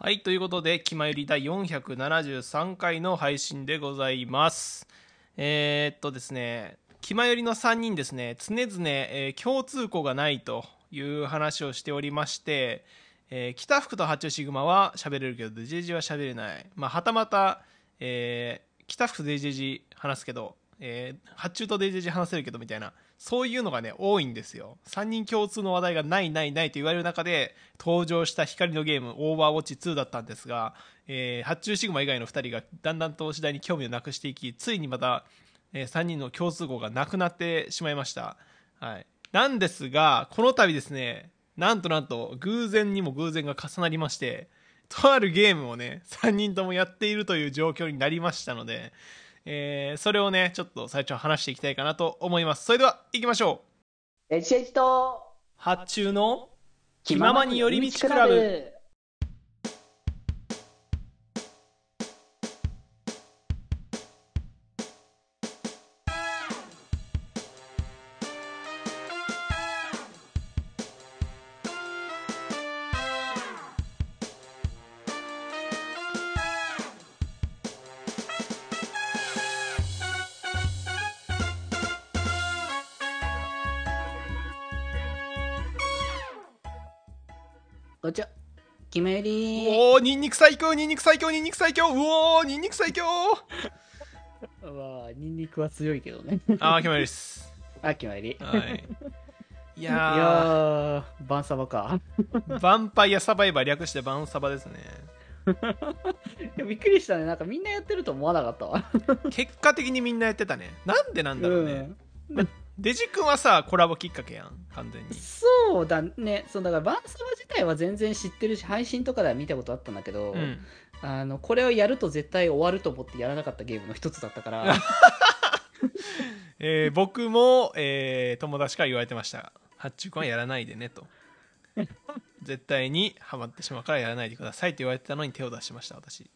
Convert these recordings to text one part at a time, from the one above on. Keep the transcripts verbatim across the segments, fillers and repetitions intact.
はい、ということで、気まより第よんひゃくななじゅうさんかいの配信でございます。えー、っとですね、気まよりのさんにんですね、常々、えー共通項がないという話をしておりまして、えー北福と八中シグマは喋れるけど ディージェージー は喋れない。まあ、はたまた、えー北福と ディージェージー 話すけど、えー八中と ディージェージー 話せるけどみたいな、そういうのがね多いんですよ。さんにん共通の話題がないないないと言われる中で登場した光のゲームオーバーウォッチツーだったんですが、えー、発注シグマ以外のふたりがだんだんと次第に興味をなくしていき、ついにまた、えーさんにんの共通項がなくなってしまいました。はい、なんですがこの度ですね、なんとなんと偶然にも偶然が重なりまして、とあるゲームをねさんにんともやっているという状況になりましたので、えーそれをねちょっと最初話していきたいかなと思います。それでは行きましょう。 エチエチと発注の気気ままに寄り道クラブ。 こんにちは。キメリおお、ニンニク最強、ニンニク最強、ニンニク最強、うおー、ニンニク最強。 ー。まあ、ニンニクは強いけどね。 あー、決まりです。 あ、キメリ。 はい。いいややー、バンサバか。 ー、ヴァンパイアサバイバー略してバンサバですね。 いやびっくりしたね。なんかみんなやってると思わなかったわ。 結果的にみんなやってたね。なんでなんだろうね。 うんデジ君はさ、コラボきっかけやん、完全に。 そうだね。そうだからバンサバ自体は全然知ってるし、配信とかでは見たことあったんだけど、 うん。 あのこれをやると絶対終わると思ってやらなかったゲームの一つだったから。 えー僕も、えー友達から言われてました。発注君はやらないでねと。絶対にハマってしまうからやらないでくださいって言われてたのに手を出しました、私。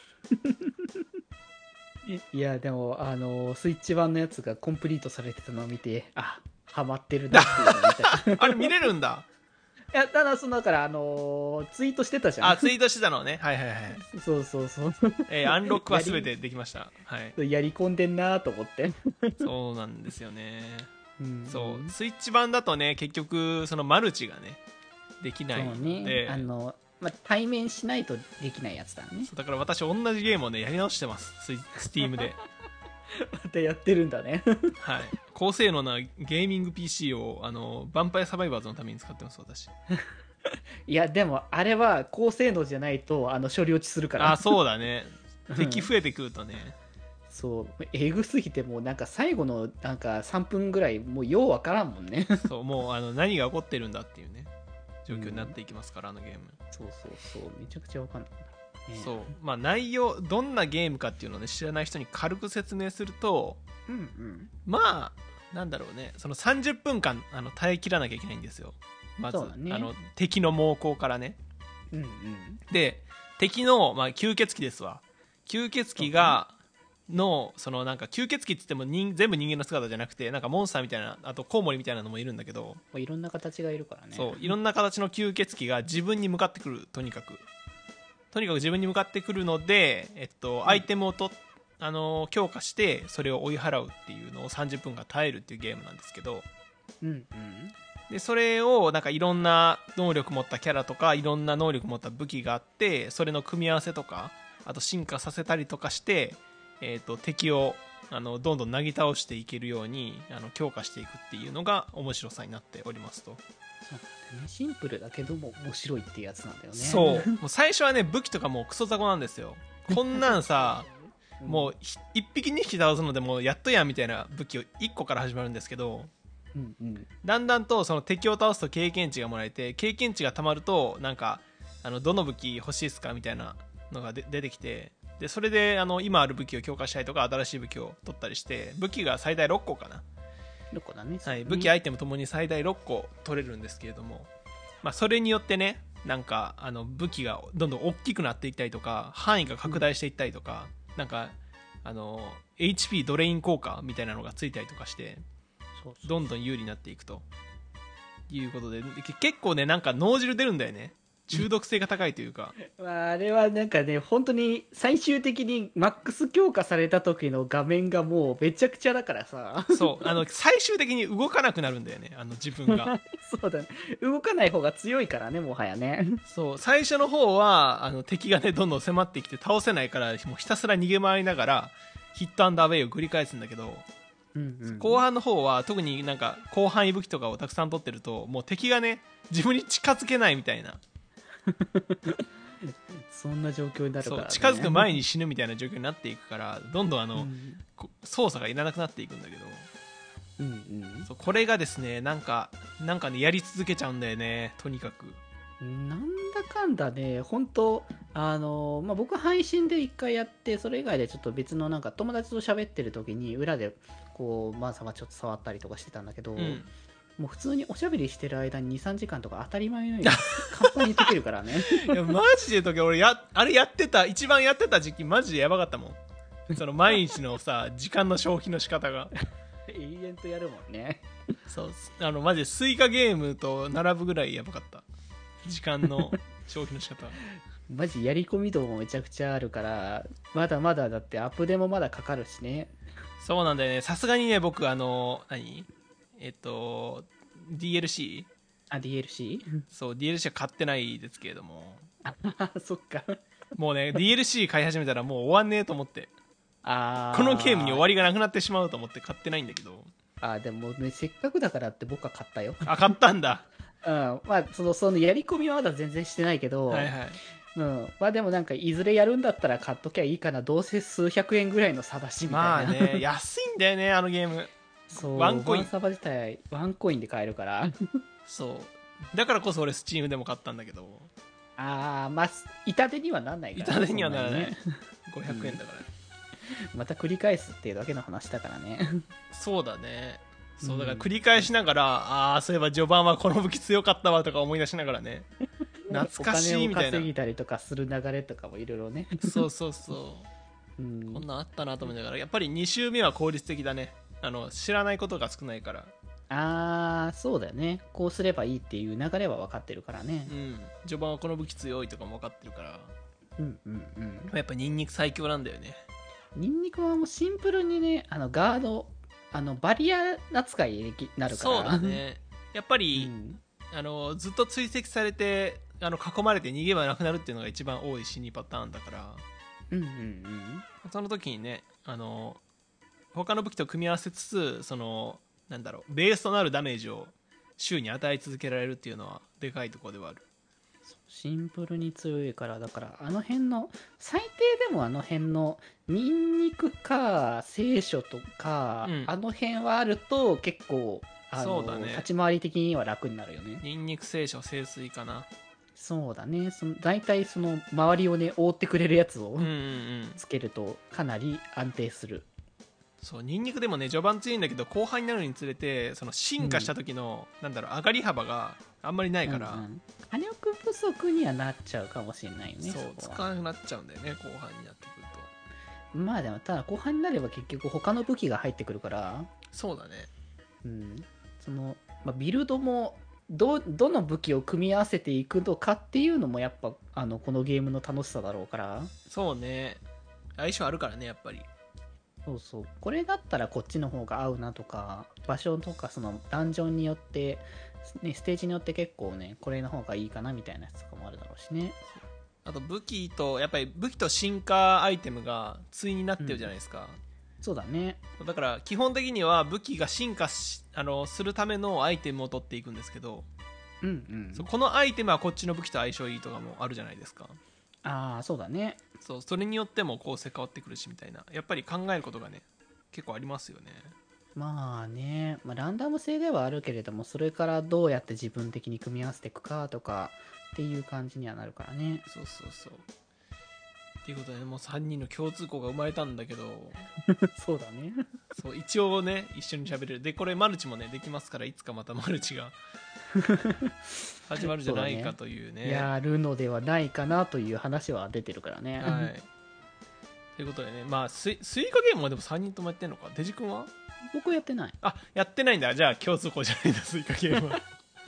いやでもあのスイッチ版のやつがコンプリートされてたのを見て、あ、ハマってるなっていうのを見た。 あれ見れるんだ。 いやただそのだからあのツイートしてたじゃん。 あ、ツイートしてたのね。はいはいはい。 そうそうそうえーアンロックは全てできました。はい。 やり込んでんなと思って。 そうなんですよね。 うんそうスイッチ版だとね、結局そのマルチがねできないそうのね、 で、 あの、まあ、対面しないとできないやつだね。 そうだから私同じゲームをねやり直してます。スイスティームで。 またやってるんだね。 はい。高性能なゲーミング ピーシー をあのヴァンパイアサバイバーズのために使ってます私。 いやでもあれは高性能じゃないとあの処理落ちするから。 あ、そうだね。 うん敵増えてくるとね。 そうえぐすぎてもうなんか最後のなんかさんぷんぐらいもうようわからんもんね。 そうもうあの何が起こってるんだっていうね状況になっていきますから、あのゲーム。 そうそうそうめちゃくちゃわかんない、ね、 そうまあ内容どんなゲームかっていうのをね知らない人に軽く説明すると、 うんうん、 まあなんだろうね、そのさんじゅっぷんかんあの耐えきらなきゃいけないんですよ。まず、 ね、 あの敵の猛攻からね、 うんうん、 で敵の、まあ、吸血鬼ですわ。吸血鬼がのそのなんか吸血鬼って言っても人全部人間の姿じゃなくて、なんかモンスターみたいな、あとコウモリみたいなのもいるんだけど、 いろんな形がいるからね。 そういろんな形の吸血鬼が自分に向かってくる。とにかくとにかく自分に向かってくるので、えっと、アイテムをとあの強化してそれを追い払うっていうのをさんじゅっぷんかん耐えるっていうゲームなんですけど、 うんうん、 でそれをなんかいろんな能力持ったキャラとかいろんな能力持った武器があって、それの組み合わせとかあと進化させたりとかして、えー、と敵をあのどんどんなぎ倒していけるようにあの強化していくっていうのが面白さになっておりますと。 そうなんだよね、シンプルだけども面白いっていうやつなんだよね。 そうもう最初はね武器とかもうクソ雑魚なんですよ。こんなんさもういっぴきにひき倒すのでもうやっとやみたいな武器をいっこから始まるんですけど、 うんうん、 だんだんとその敵を倒すと経験値がもらえて、経験値がたまるとなんかあのどの武器欲しいですかみたいなのがで出てきて、でそれであの今ある武器を強化したりとか新しい武器を取ったりして、武器が最大ろっこかな、 ろっこだね、 はい、 ね、 武器アイテムともに最大ろっこ取れるんですけれども、まあ、それによってねなんかあの武器がどんどん大きくなっていったりとか範囲が拡大していったりとか、うん、なんかあの エイチピー ドレイン効果みたいなのがついたりとかして、そうそうどんどん有利になっていくということで、結構ねなんか脳汁出るんだよね。 中毒性が高いというかまあ、あれはなんかね、本当に最終的にマックス強化された時の画面がもうめちゃくちゃだからさ。 そうあの最終的に動かなくなるんだよね、あの自分がそうだね。動かない方が強いからね、もはやね。 そう最初の方はあの敵がねどんどん迫ってきて倒せないからもうひたすら逃げ回りながらヒットアンダーウェイを繰り返すんだけど、 うんうん、 後半の方は特になんか広範囲武器とかをたくさん取ってるともう敵がね自分に近づけないみたいなそんな状況になるから、ね、 そう近づく前に死ぬみたいな状況になっていくからどんどんあの、 うん、 操作がいらなくなっていくんだけど、 うんうん、 そうこれがですねなんかなんかねやり続けちゃうんだよね、とにかく。 なんだかんだね、本当あの、まあ、僕配信で一回やって、それ以外でちょっと別のなんか友達と喋ってる時に裏でこうマンさんがちょっと触ったりとかしてたんだけど、 うんもう普通におしゃべりしてる間ににさんじかんとか当たり前のように簡単に解けるからね。 いやマジで時俺やあれやってた一番やってた時期マジでやばかったもん、その毎日のさ時間の消費の仕方が永遠とやるもんね。 そうあのマジでスイカゲームと並ぶぐらいやばかった、時間の消費の仕方マジやり込み度もめちゃくちゃあるから、まだまだだってアップデもまだかかるしね。 そうなんだよね、さすがにね僕あの何えっと ディーエルシーあ、ディーエルシー？ そう ディーエルシー は買ってないですけれどもあそっか。 もうね ディーエルシー 買い始めたらもう終わんねえと思ってあこのゲームに終わりがなくなってしまうと思って買ってないんだけど。 あでもね、せっかくだからって僕は買ったよ。 あ買ったんだうん、まあそのそのやり込みはまだ全然してないけど、 はいはいうん、まあでもなんかいずれやるんだったら買っときゃいいかな、どうせ数百円ぐらいの差だしみたいな。 まあね安いんだよねあのゲーム。 そうワンコインワンサバ自体ワンコインで買えるから。 そうだからこそ俺スチームでも買ったんだけど、 ああまあ痛手にはなんないから、 痛手にはならない、 ね、 ごひゃくえんだから、 また繰り返すっていうだけの話だからね。 そうだね、そうだから繰り返しながら、ああそういえば序盤はこの武器強かったわとか思い出しながらね懐かしいみたいな、 お金を稼ぎたりとかする流れとかもいろいろね。 そうそうそう、 うん、 こんなんあったなと思いながらやっぱりに周目は効率的だね、あの知らないことが少ないから。 ああそうだよね、こうすればいいっていう流れは分かってるからね。 うん序盤はこの武器強いとかも分かってるから、 うんうんうん、 やっぱニンニク最強なんだよね。 ニンニクはもうシンプルにね、あのガード、あのバリア扱いになるから。 そうだね、やっぱり、 うん、 あのずっと追跡されてあの囲まれて逃げ場なくなるっていうのが一番多い死にパターンだから、 うんうんうん、 その時にねあの他の武器と組み合わせつつそのなんだろうベースとなるダメージを周に与え続けられるっていうのはでかいところではある。 シンプルに強いから、だからあの辺の最低でもあの辺のニンニクか聖書とか、うん、あの辺はあると結構あのそうだね、 立ち回り的には楽になるよね。 ニンニク聖書聖水かな。 そうだね、その大体その周りをね覆ってくれるやつをつけるとかなり安定する、うんうんうん、そうニンニクでもね序盤強いんだけど後半になるにつれてその進化した時の、うん、なんだろう上がり幅があんまりないから、うんうん、 火力不足にはなっちゃうかもしれないよね。 そう使わなくなっちゃうんだよね後半になってくると。まあでもただ後半になれば結局他の武器が入ってくるから。 そうだね、 うん、その、まあ、ビルドもどどの武器を組み合わせていくのかっていうのもやっぱあのこのゲームの楽しさだろうから。 そうね相性あるからねやっぱり。 そうそう、これだったらこっちの方が合うなとか、場所とかそのダンジョンによって、ね、ステージによって結構ねこれの方がいいかなみたいなやつとかもあるだろうしね。 あと武器とやっぱり武器と進化アイテムが対になってるじゃないですか、うん、 そうだね。 だから基本的には武器が進化しあのするためのアイテムを取っていくんですけど、 うんうん、 そうこのアイテムはこっちの武器と相性いいとかもあるじゃないですか。 ああそうだね。 そうそれによっても構成変わってくるしみたいな、やっぱり考えることがね結構ありますよね。 まあね、まあ、ランダム性ではあるけれども、それからどうやって自分的に組み合わせていくかとかっていう感じにはなるからね。 そうそうそうっていうことでもうさんにんの共通項が生まれたんだけどそうだね。 そう一応ね一緒に喋れるでこれマルチもねできますから、いつかまたマルチが始まるんじゃないかというね、 やるのではないかなという話は出てるからね。 はいということでね、まあスイ、スイカゲームはでもさんにんともやってんのか。デジ君は僕やってない。 あやってないんだ。じゃあ共通項じゃないんだスイカゲームは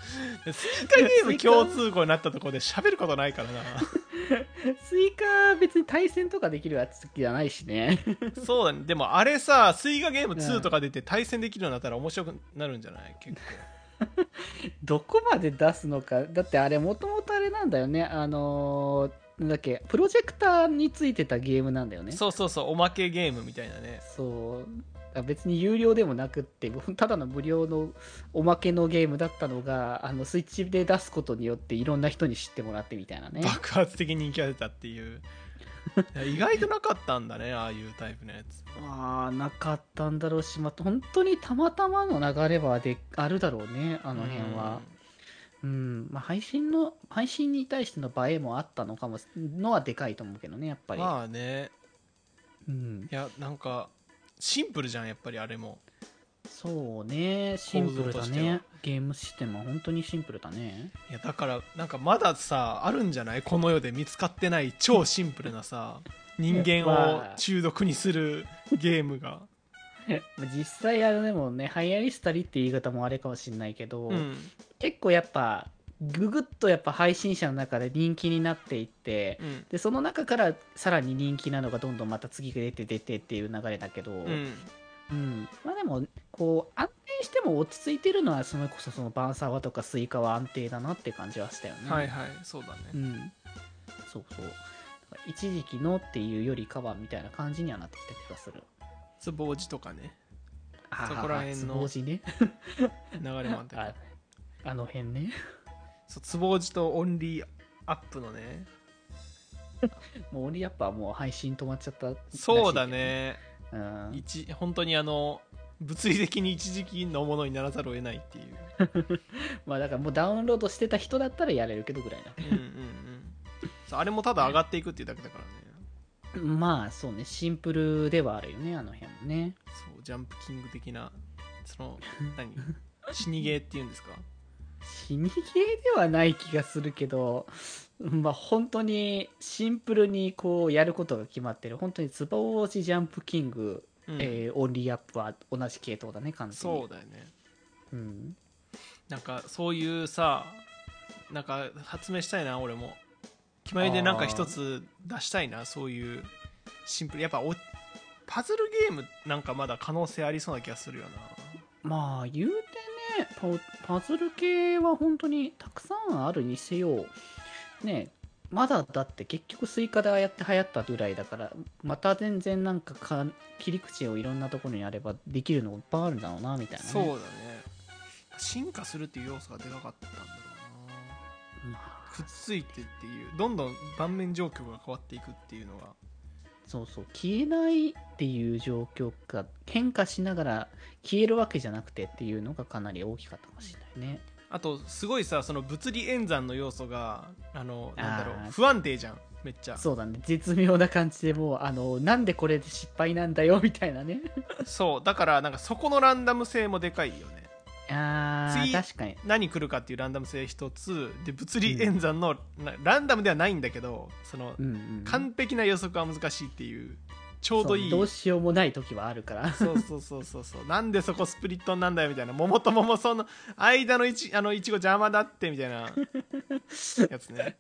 スイカゲーム共通項になったところで喋ることないからな。 スイカ別に対戦とかできるやつじゃないしね。 そうだね。でもあれさ、スイカゲームツーとか出て対戦できるようになったら面白くなるんじゃない？結構。 どこまで出すのか。だってあれもともとあれなんだよね。あのーなんだっけ、プロジェクターについてたゲームなんだよね。 そうそうそう、おまけゲームみたいなね。 そう別に有料でもなくってただの無料のおまけのゲームだったのが、あのスイッチで出すことによっていろんな人に知ってもらってみたいなね。 爆発的に人気が出たっていう。意外となかったんだね、ああいうタイプのやつ。 ああなかったんだろうし、まあ、本当にたまたまの流れはであるだろうね、あの辺は。うん、まあ、配信の配信に対しての映えもあったのかものはでかいと思うけどね、やっぱり。 まあね。 うん、 いやなんかシンプルじゃん、やっぱりあれも。 そうね、シンプルだね。ゲームシステムは本当にシンプルだね。 いやだからなんかまださあるんじゃない、この世で見つかってない超シンプルなさ人間を中毒にするゲームが。 実際あのでもね、流行りしたりって言い方もあれかもしれないけど、 うん、 結構やっぱググッとやっぱ配信者の中で人気になっていって、 うん、 でその中からさらに人気なのがどんどんまた次が出て出てっていう流れだけど、 うんうん、まあでもこう安定しても落ち着いてるのはそれこそそのバンサワとかスイカは安定だなって感じはしたよね。 はいはい、そうだね。 うん、そうそう。だから一時期のっていうよりかはみたいな感じにはなってきた気がする。 つぼうじとかね、 あそこら辺のつぼうじね。 流れもあってああの辺ね。 そう、つぼうじとオンリーアップのね。 もうオンリーアップはもう配信止まっちゃったらしいけど。 そうだね。 うん、 一本当にあの物理的に一時期のものにならざるを得ないっていうまあだからもうダウンロードしてた人だったらやれるけどぐらいだね。 うんうんうんそう、あれもただ上がっていくっていうだけだからね。 まあそうね、シンプルではあるよね、あの辺もね。 そう、ジャンプキング的なその何死にゲーっていうんですか。 死にゲーではない気がするけど、まあ本当にシンプルにこうやることが決まってる。本当につばおじジャンプキング、 うんえーオンリーアップは同じ系統だね、完全に。 そうだよね。 うん。 なんかそういうさ、なんか発明したいな俺も。決まりでなんか一つ出したいな、そういうシンプル。やっぱおパズルゲームなんかまだ可能性ありそうな気がするよな。 まあ言うてね、パ、パズル系は本当にたくさんあるにせよ、ね、まだだって結局スイカでああやって流行ったぐらいだから、また全然なんかか切り口をいろんなところにあればできるのいっぱいあるんだろうなみたいな、ね、 そうだね。進化するっていう要素がでかかったんだろうな。 まあくっついてっていう、どんどん盤面状況が変わっていくっていうのが。 そうそう、消えないっていう状況が変化しながら消えるわけじゃなくてっていうのがかなり大きかったかもしれないね。 あとすごいさ、その物理演算の要素があのなんだろあーう、不安定じゃんめっちゃ。 そうだね、絶妙な感じでもうあのなんでこれで失敗なんだよみたいなね。 そうだからなんかそこのランダム性もでかいよね。 あー次確かに。 何来るかっていうランダム性一つで、物理演算の、なランダムではないんだけど、その、 うんうん、 完璧な予測は難しいっていうちょうどいい。 どうしようもない時はあるからそうそうそうそうそうなんでそこスプリットなんだよみたいな、桃と桃その間のいちあのいちご邪魔だってみたいなやつね。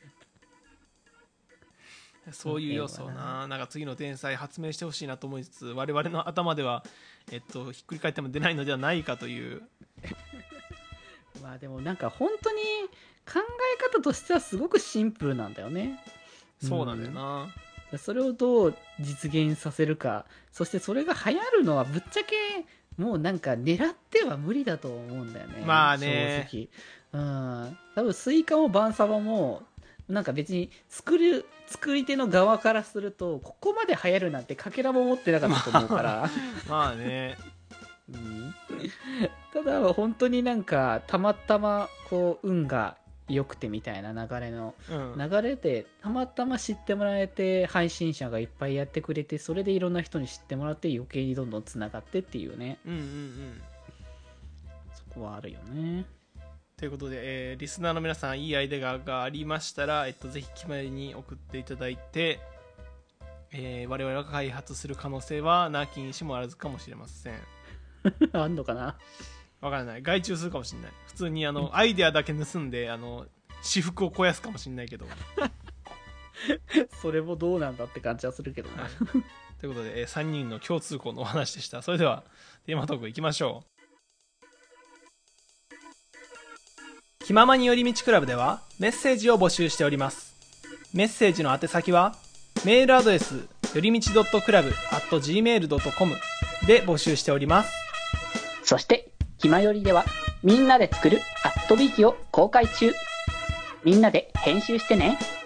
そういう要素をな、なんか次の天才発明してほしいなと思いつつ、我々の頭では、えっと、ひっくり返っても出ないのではないかというまあでもなんか本当に考え方としてはすごくシンプルなんだよね。 そうなんだよな、 うん、それをどう実現させるか、そしてそれが流行るのはぶっちゃけもうなんか狙っては無理だと思うんだよね。 まあね、 正直。うん。多分スイカもバンサバもなんか別に作る作り手の側からするとここまで流行るなんてかけらも持ってなかったと思うからまあね、 うん、ただ本当になんかたまたまこう運が良くてみたいな流れの、 うん、 流れでたまたま知ってもらえて配信者がいっぱいやってくれて、それでいろんな人に知ってもらって余計にどんどんつながってっていうね、 うんうんうん、 そこはあるよね。 ということで、えー、リスナーの皆さんいいアイデアがありましたら、えっと、ぜひ決まりに送っていただいて、えー、我々が開発する可能性はなきにしもあらずかもしれません。 あんのかな。 わからない。外注するかもしれない。普通にあの、うん、アイデアだけ盗んであの私服を肥やすかもしれないけどそれもどうなんだって感じはするけどね、はい、 ということで、えー、さんにんの共通項のお話でした。それではテーマトークいきましょう。気ままに寄り道クラブではメッセージを募集しております。メッセージの宛先はメールアドレスよりみち .club アット ジーメール ドットコム で募集しております。 そしてひまよりではみんなで作るアットビキを公開中。みんなで編集してね。